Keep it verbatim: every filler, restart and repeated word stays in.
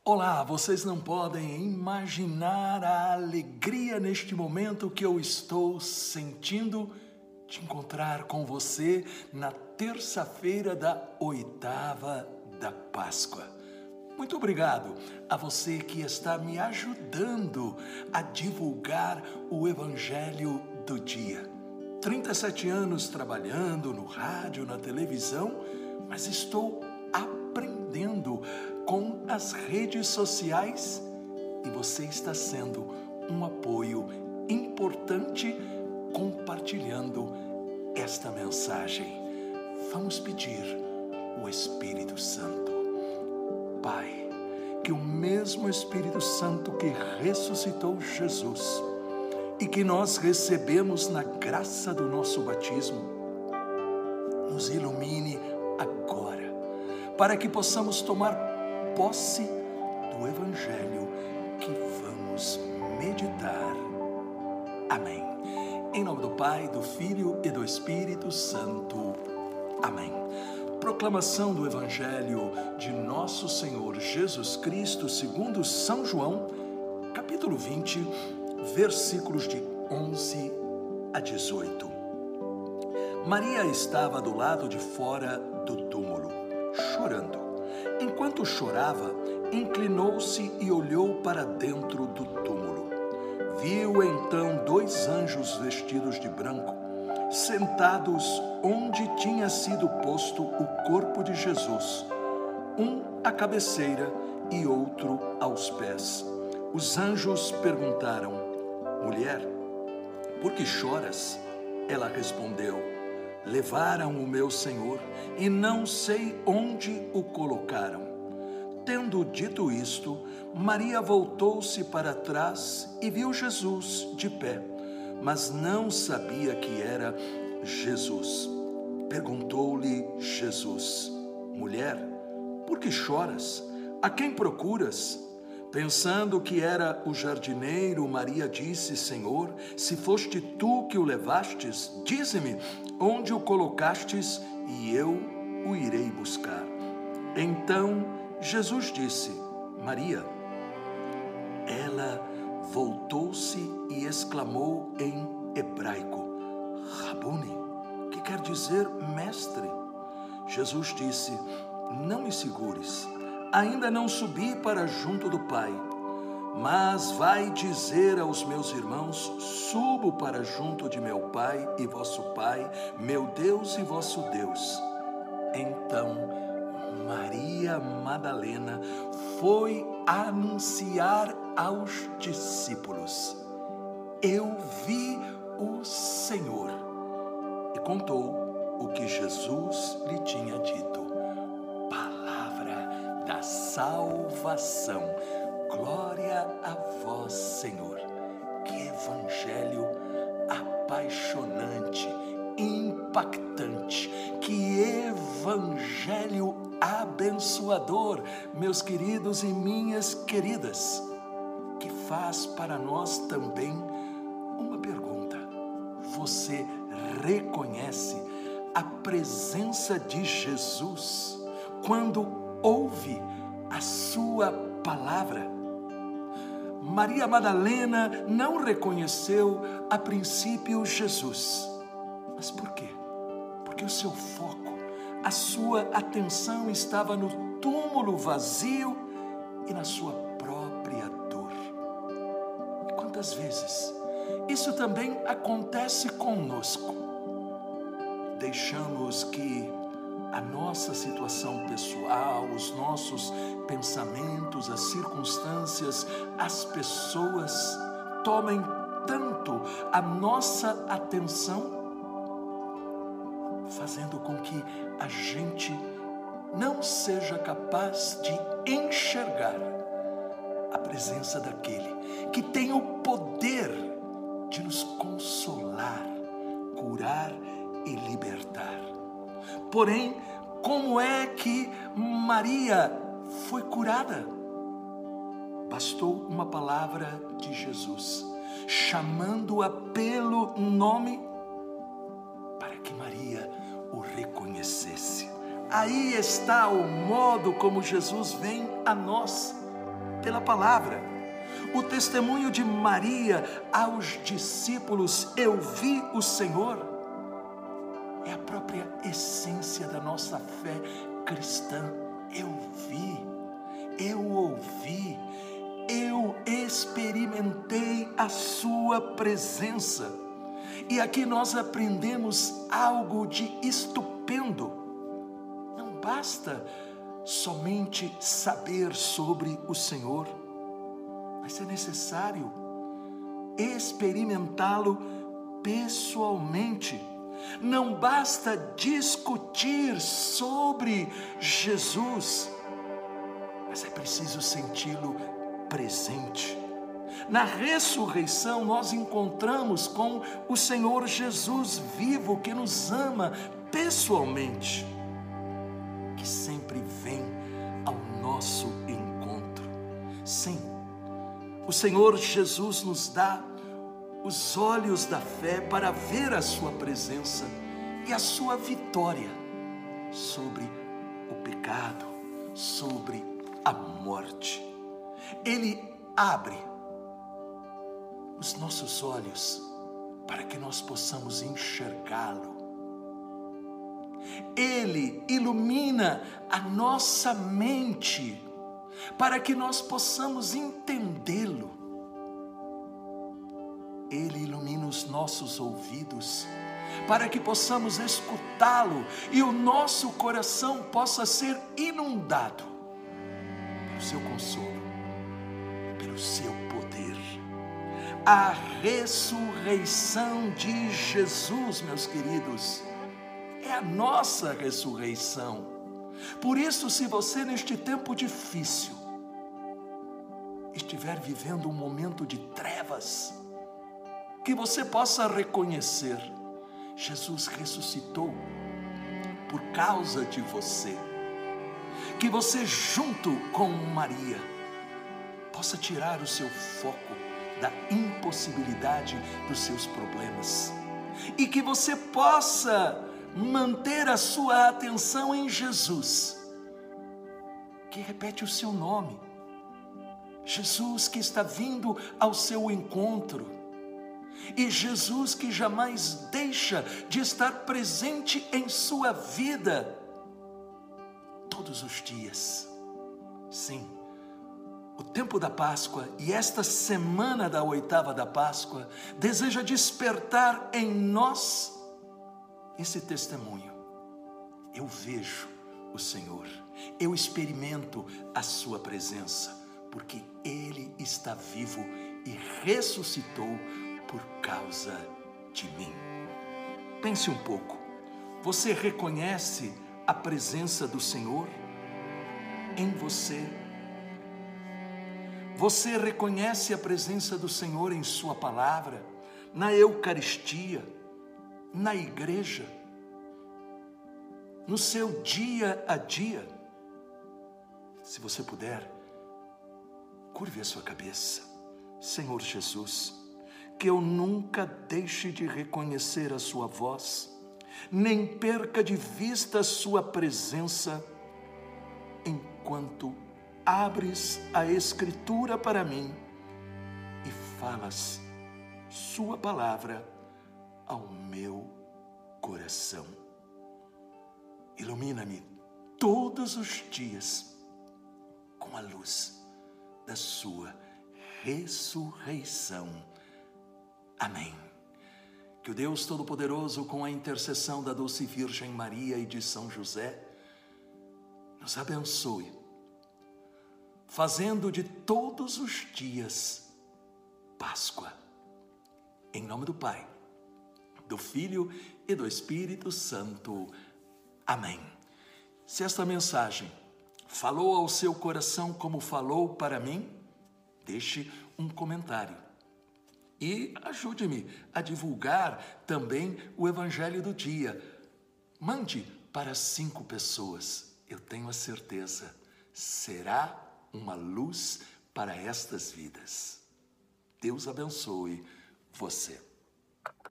Olá, vocês não podem imaginar a alegria neste momento que eu estou sentindo de encontrar com você na terça-feira da oitava da Páscoa. Muito obrigado a você que está me ajudando a divulgar o Evangelho do dia. trinta e sete anos trabalhando no rádio, na televisão, mas estou aprendendo com as redes sociais e você está sendo um apoio importante compartilhando esta mensagem. Vamos pedir o Espírito Santo. Pai, que o mesmo Espírito Santo que ressuscitou Jesus e que nós recebemos na graça do nosso batismo, nos ilumine agora, para que possamos tomar posse do Evangelho que vamos meditar. Amém. Em nome do Pai, do Filho e do Espírito Santo. Amém. Proclamação do Evangelho de Nosso Senhor Jesus Cristo segundo São João, capítulo vinte, versículos de onze a dezoito. Maria estava do lado de fora do túmulo, chorando. Enquanto chorava, inclinou-se e olhou para dentro do túmulo. Viu então dois anjos vestidos de branco, sentados onde tinha sido posto o corpo de Jesus, um à cabeceira e outro aos pés. Os anjos perguntaram: mulher, por que choras? Ela respondeu: levaram o meu Senhor e não sei onde o colocaram. Tendo dito isto, Maria voltou-se para trás e viu Jesus de pé, mas não sabia que era Jesus. Perguntou-lhe Jesus: mulher, por que choras? A quem procuras? Pensando que era o jardineiro, Maria disse: Senhor, se foste tu que o levastes, dize-me onde o colocastes e eu o irei buscar. Então Jesus disse: Maria. Ela voltou-se e exclamou em hebraico: Rabuni, que quer dizer mestre. Jesus disse: não me segures, ainda não subi para junto do Pai, mas vai dizer aos meus irmãos: subo para junto de meu Pai e vosso Pai, meu Deus e vosso Deus. Então Maria Madalena foi anunciar aos discípulos: eu vi o Senhor, e contou o que Jesus lhe tinha dito. Palavra da salvação. Glória a vós, Senhor. Que evangelho apaixonante, impactante, que evangelho abençoador, meus queridos e minhas queridas, que faz para nós também uma pergunta: você reconhece a presença de Jesus quando ouve a sua palavra? Maria Madalena não reconheceu a princípio Jesus. Mas por quê? Porque o seu foco, a sua atenção estava no túmulo vazio e na sua própria dor. E quantas vezes isso também acontece conosco? Deixamos que a nossa situação pessoal, os nossos pensamentos, as circunstâncias, as pessoas tomem tanto a nossa atenção, fazendo com que a gente não seja capaz de enxergar a presença daquele que tem o poder de nos consolar, curar e libertar. Porém, como é que Maria foi curada? Bastou uma palavra de Jesus, chamando-a pelo nome, para que Maria o reconhecesse. Aí está o modo como Jesus vem a nós, pela palavra. O testemunho de Maria aos discípulos, eu vi o Senhor, é a própria essência da nossa fé cristã. Eu vi, eu ouvi, eu experimentei a sua presença. E aqui nós aprendemos algo de estupendo. Não basta somente saber sobre o Senhor, mas é necessário experimentá-lo pessoalmente. Não basta discutir sobre Jesus, mas é preciso senti-lo presente. Na ressurreição nós encontramos com o Senhor Jesus vivo, que nos ama pessoalmente, que sempre vem ao nosso encontro. Sim, o Senhor Jesus nos dá os olhos da fé para ver a sua presença e a sua vitória sobre o pecado, sobre a morte. Ele abre os nossos olhos para que nós possamos enxergá-lo. Ele ilumina a nossa mente para que nós possamos entendê-lo. Ele ilumina os nossos ouvidos para que possamos escutá-lo e o nosso coração possa ser inundado pelo seu consolo, pelo seu poder. A ressurreição de Jesus, meus queridos, é a nossa ressurreição. Por isso, se você neste tempo difícil estiver vivendo um momento de trevas, que você possa reconhecer, Jesus ressuscitou por causa de você. Que você, junto com Maria, possa tirar o seu foco da impossibilidade dos seus problemas. E que você possa manter a sua atenção em Jesus, que repete o seu nome. Jesus que está vindo ao seu encontro. E Jesus que jamais deixa de estar presente em sua vida todos os dias. Sim, o tempo da Páscoa e esta semana da oitava da Páscoa deseja despertar em nós esse testemunho. Eu vejo o Senhor, eu experimento a sua presença, porque Ele está vivo e ressuscitou por causa de mim. Pense um pouco. Você reconhece a presença do Senhor em você? Você reconhece a presença do Senhor em sua palavra, na Eucaristia, na igreja, no seu dia a dia? Se você puder, curve a sua cabeça. Senhor Jesus, que eu nunca deixe de reconhecer a sua voz, nem perca de vista a sua presença, enquanto abres a Escritura para mim e falas sua palavra ao meu coração. Ilumina-me todos os dias com a luz da sua ressurreição. Amém. Que o Deus Todo-Poderoso, com a intercessão da doce Virgem Maria e de São José, nos abençoe, fazendo de todos os dias Páscoa. Em nome do Pai, do Filho e do Espírito Santo. Amém. Se esta mensagem falou ao seu coração como falou para mim, deixe um comentário. E ajude-me a divulgar também o Evangelho do dia. Mande para cinco pessoas. Eu tenho a certeza, será uma luz para estas vidas. Deus abençoe você.